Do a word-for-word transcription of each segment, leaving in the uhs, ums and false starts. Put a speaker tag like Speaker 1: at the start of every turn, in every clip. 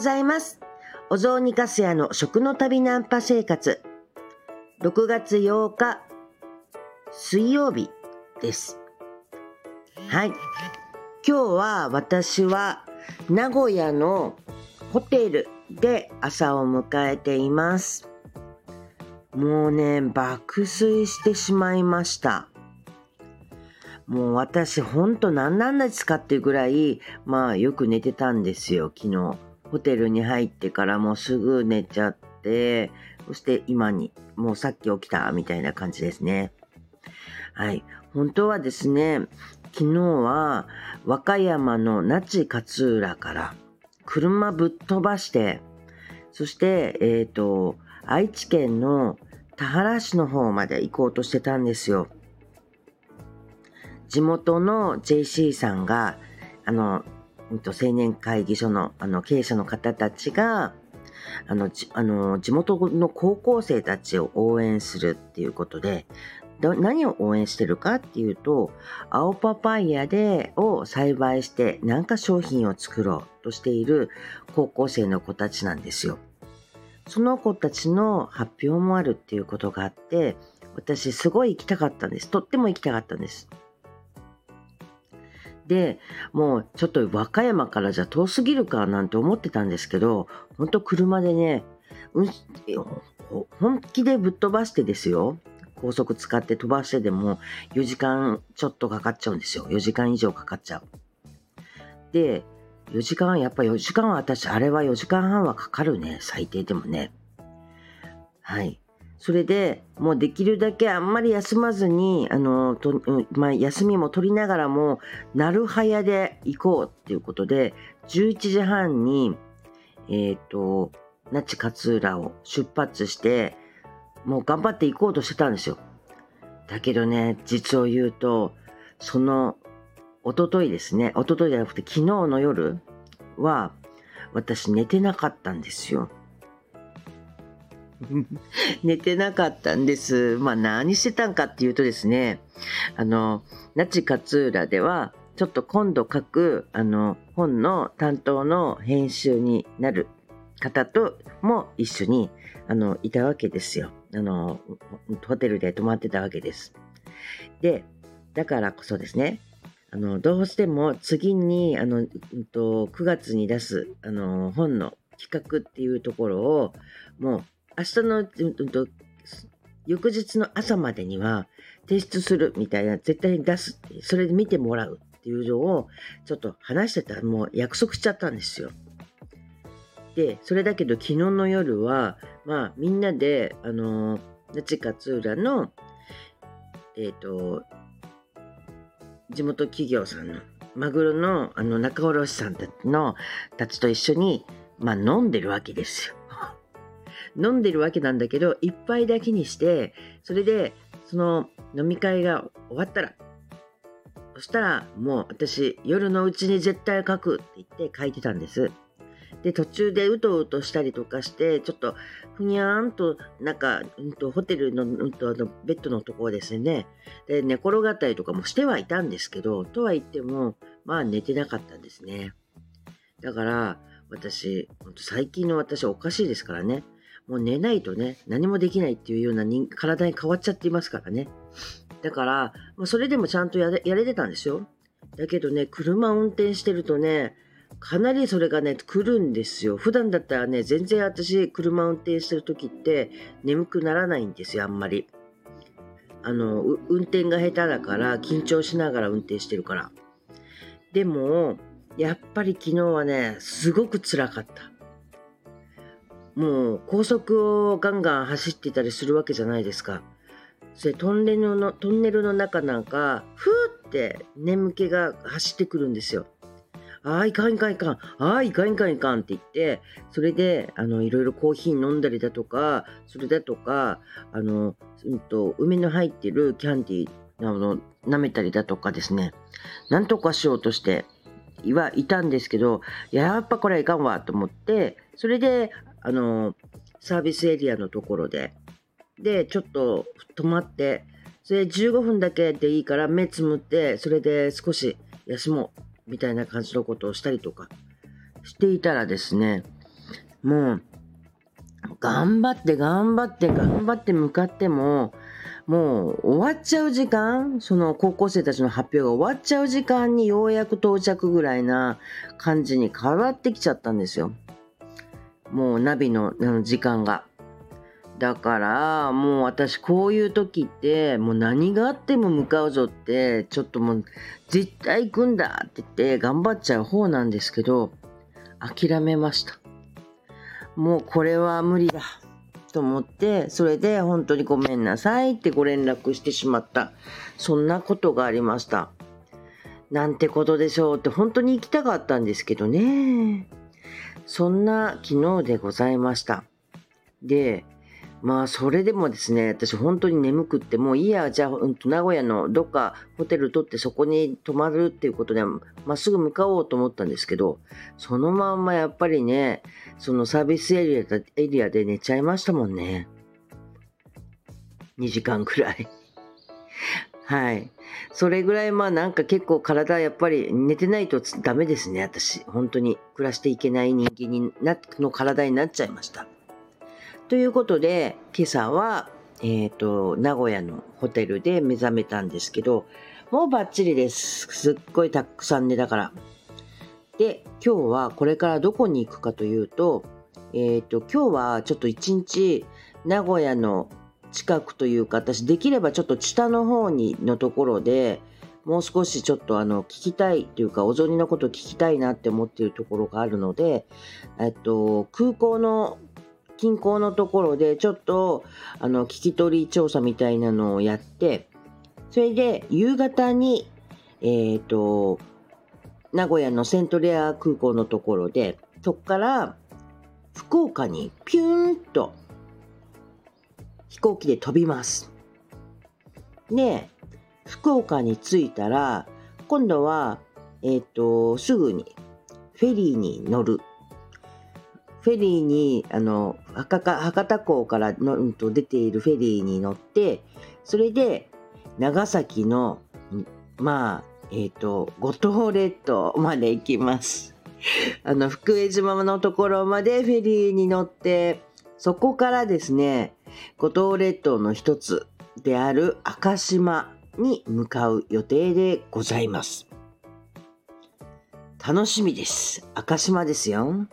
Speaker 1: ざいます。お雑煮かすやの食の旅ナンパ生活。ろくがつようか水曜日です。はい。今日は私は名古屋のホテルで朝を迎えています。もうね、爆睡してしまいました。もう私ほんと何なんですかっていうぐらい、まあよく寝てたんですよ、昨日。ホテルに入ってからもうすぐ寝ちゃって、そして今に、もうさっき起きたみたいな感じですね。はい。本当はですね、昨日は和歌山の那智勝浦から車ぶっ飛ばして、そして、えっと、愛知県の田原市の方まで行こうとしてたんですよ。地元の ジェーシー さんが、あの、青年会議所の、あの経営者の方たちが、あの、じあの地元の高校生たちを応援するっていうことで、何を応援してるかっていうと、青パパイヤでを栽培して何か商品を作ろうとしている高校生の子たちなんですよ。その子たちの発表もあるっていうことがあって、私すごい行きたかったんです。とっても行きたかったんです。で、もうちょっと和歌山からじゃ遠すぎるかなんて思ってたんですけど、ほんと車でね、うん、本気でぶっ飛ばしてですよ。高速使って飛ばしてでもよじかんちょっとかかっちゃうんですよ。よじかん以上かかっちゃう。で、よじかん、やっぱよじかんは私、あれはよじかんはんはかかるね。最低でもね。はい。それで、もうできるだけあんまり休まずに、あの、とまあ、休みも取りながらも、なるはやで行こうっていうことで、じゅういちじはんに、えっと、那智勝浦を出発して、もう頑張って行こうとしてたんですよ。だけどね、実を言うと、その、おとといですね、おとといじゃなくて昨日の夜は、私寝てなかったんですよ。寝てなかったんです。まあ何してたんかっていうとですね、あの、那智勝浦では、ちょっと今度書く、あの、本の担当の編集になる方とも一緒に、あの、いたわけですよ。あの、ホテルで泊まってたわけです。で、だからこそですね、あの、どうしても次に、あの、うんと、くがつに出す、あの、本の企画っていうところを、もう、明日の、うんと、翌日の朝までには提出するみたいな、絶対に出すって、それで見てもらうっていうのを、ちょっと話してたら、もう約束しちゃったんですよ。で、それだけど昨日の夜は、まあ、みんなで、あの、那智勝浦の、えっと、地元企業さんの、マグロの、あの、仲卸さんたちの、たちと一緒に、まあ、飲んでるわけですよ。飲んでるわけなんだけど、一杯だけにして、それで、その飲み会が終わったら、そしたらもう私、夜のうちに絶対書くって言って書いてたんです。で、途中でうとうとしたりとかして、ちょっとふにゃーんと、なんか、うんと、ホテルの、うんと、あの、ベッドのところですね。で、寝転がったりとかもしてはいたんですけど、とは言っても、まあ寝てなかったんですね。だから、私、本当最近の私おかしいですからね。もう寝ないとね、何もできないっていうような人体に変わっちゃっていますからね。だから、まあ、それでもちゃんとやれ、やれてたんですよ。だけどね、車運転してるとね、かなりそれがね、来るんですよ。普段だったらね、全然私、車運転してる時って眠くならないんですよ、あんまり。あの、運転が下手だから、緊張しながら運転してるから。でも、やっぱり昨日はね、すごく辛かった。もう高速をガンガン走っていたりするわけじゃないですか。それトンネルの、トンネルの中なんか、ふーって眠気が走ってくるんですよ。ああ、いかんいかんいかん。ああ、いかんいかんいかんって言って、それで、あの、いろいろコーヒー飲んだりだとか、それだとか、あの、うんと、梅の入ってるキャンディー、あの、舐めたりだとかですね、なんとかしようとしてはいたんですけど、やっぱこれはいかんわと思って、それで、あの、サービスエリアのところで、で、ちょっと止まって、それじゅうごふんだけでいいから目つむって、それで少し休もう、みたいな感じのことをしたりとかしていたらですね、 もう頑張って頑張って頑張って向かっても、もう終わっちゃう時間、その高校生たちの発表が終わっちゃう時間にようやく到着ぐらいな感じに変わってきちゃったんですよ。もうナビの時間が。だからもう私こういう時ってもう何があっても向かうぞって、ちょっともう絶対行くんだって言って頑張っちゃう方なんですけど、諦めました。もうこれは無理だと思って、それで本当にごめんなさいってご連絡してしまった。そんなことがありました。なんてことでしょうって本当に行きたかったんですけどね。そんな昨日でございました。で、まあそれでもですね、私本当に眠くってもういいや、じゃあ、うん、と名古屋のどっかホテル取ってそこに泊まるっていうことでまっすぐ向かおうと思ったんですけど、そのまんまやっぱりね、そのサービスエリアで、エリアで寝ちゃいましたもんね。にじかんくらい。はい。それぐらいまあなんか結構体やっぱり寝てないとダメですね、私。本当に暮らしていけない人間になの体になっちゃいました。ということで、今朝は、えっと、名古屋のホテルで目覚めたんですけど、もうバッチリです。すっごいたくさん寝だから。で、今日はこれからどこに行くかというと、えっと、今日はちょっと一日、名古屋の近くというか、私できればちょっと下の方にのところで、もう少しちょっとあの、聞きたいというか、お雑煮のこと聞きたいなって思っているところがあるので、えっと、空港の近郊のところでちょっとあの聞き取り調査みたいなのをやって、それで夕方にえっと名古屋のセントレア空港のところで、そこから福岡にピューンと飛行機で飛びます。で、福岡に着いたら今度はえっとすぐにフェリーに乗る。フェリーに、あの、博多、博多港からの、うん、と出ているフェリーに乗って、それで、長崎の、まあ、えっと、五島列島まで行きます。あの、福江島のところまでフェリーに乗って、そこからですね、五島列島の一つである赤島に向かう予定でございます。楽しみです。赤島ですよ。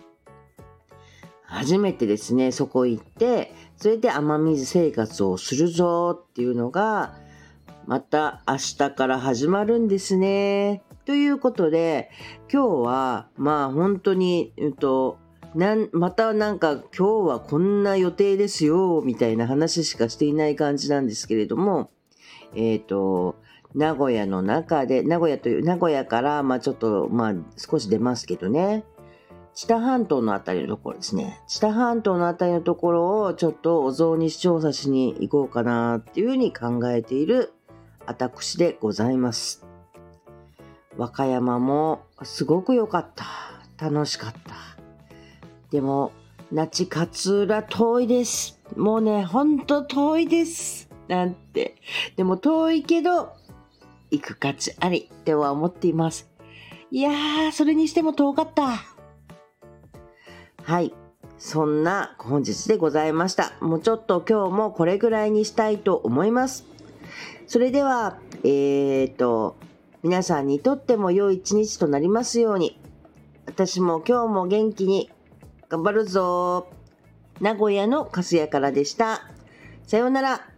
Speaker 1: 初めてですね、そこ行って、それで雨水生活をするぞっていうのが、また明日から始まるんですね。ということで、今日は、まあ本当に、うんと、なんまたなんか今日はこんな予定ですよ、みたいな話しかしていない感じなんですけれども、えっと、名古屋の中で、名古屋という、名古屋から、まあちょっと、まあ少し出ますけどね、知多半島のあたりのところですね。知多半島のあたりのところをちょっとお雑煮調査しに行こうかなっていうふうに考えている私でございます。和歌山もすごく良かった。楽しかった。でも、那智勝浦遠いです。もうね、ほんと遠いです。なんて。でも遠いけど、行く価値ありっては思っています。いやー、それにしても遠かった。はい。そんな本日でございました。もうちょっと今日もこれぐらいにしたいと思います。それでは、えーと、皆さんにとっても良い一日となりますように、私も今日も元気に頑張るぞ。名古屋のかすやからでした。さようなら。